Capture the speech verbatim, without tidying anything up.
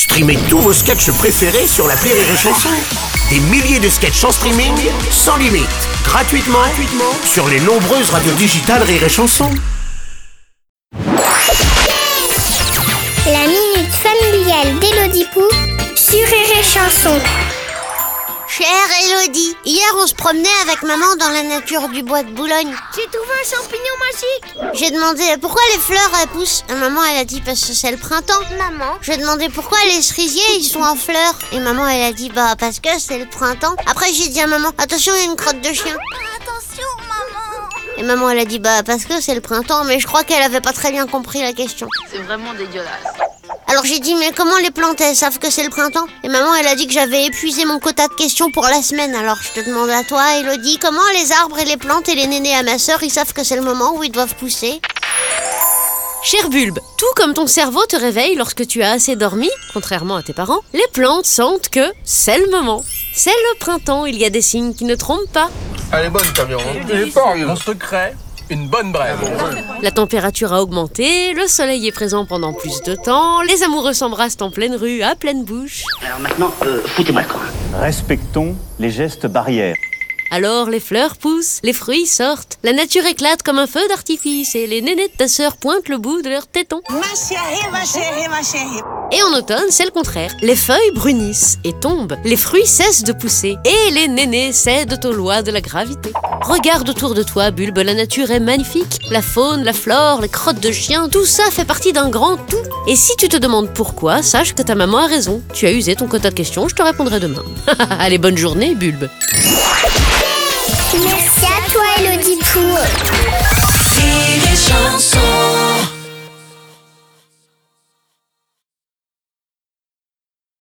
Streamez tous vos sketchs préférés sur l'appli Rire et Chanson. Des milliers de sketchs en streaming, sans limite, gratuitement, gratuitement sur les nombreuses radios digitales Rire et Chanson. La minute familiale d'Élodie Pou sur Rire et Chanson. Chère Élodie, hier on se promenait avec maman dans la nature du bois de Boulogne. J'ai trouvé un champignon magique. J'ai demandé pourquoi les fleurs elles poussent. Et maman elle a dit parce que c'est le printemps. Maman, J'ai demandé pourquoi les cerisiers ils sont en fleurs. Et maman elle a dit bah parce que c'est le printemps. Après j'ai dit à maman attention il y a une crotte de chien. attention maman. Et maman elle a dit bah parce que c'est le printemps. Mais je crois qu'elle avait pas très bien compris la question. C'est vraiment dégueulasse. Alors j'ai dit mais comment les plantes elles savent que c'est le printemps? Et maman elle a dit que j'avais épuisé mon quota de questions pour la semaine. Alors je te demande à toi Élodie, comment les arbres et les plantes et les nénés à ma sœur ils savent que c'est le moment où ils doivent pousser? Cher Bulbe, tout comme ton cerveau te réveille lorsque tu as assez dormi, contrairement à tes parents, les plantes sentent que c'est le moment. C'est le printemps, il y a des signes qui ne trompent pas. Elle est bonne ta viande. Elle est pas Mon secret, une bonne brève. La température a augmenté, le soleil est présent pendant plus de temps, les amoureux s'embrassent en pleine rue, à pleine bouche. Alors maintenant, euh, foutez-moi le camp. Respectons les gestes barrières. Alors les fleurs poussent, les fruits sortent, la nature éclate comme un feu d'artifice et les nénés de ta sœur pointent le bout de leurs tétons. Ma chérie, ma chérie, ma chérie. Et en automne, c'est le contraire. Les feuilles brunissent et tombent, les fruits cessent de pousser et les nénés cèdent aux lois de la gravité. Regarde autour de toi, Bulbe, la nature est magnifique. La faune, la flore, les crottes de chiens, tout ça fait partie d'un grand tout. Et si tu te demandes pourquoi, sache que ta maman a raison. Tu as usé ton quota de questions, je te répondrai demain. Allez, bonne journée, Bulbe. Merci à toi Élodie Pou. Rire et Chanson.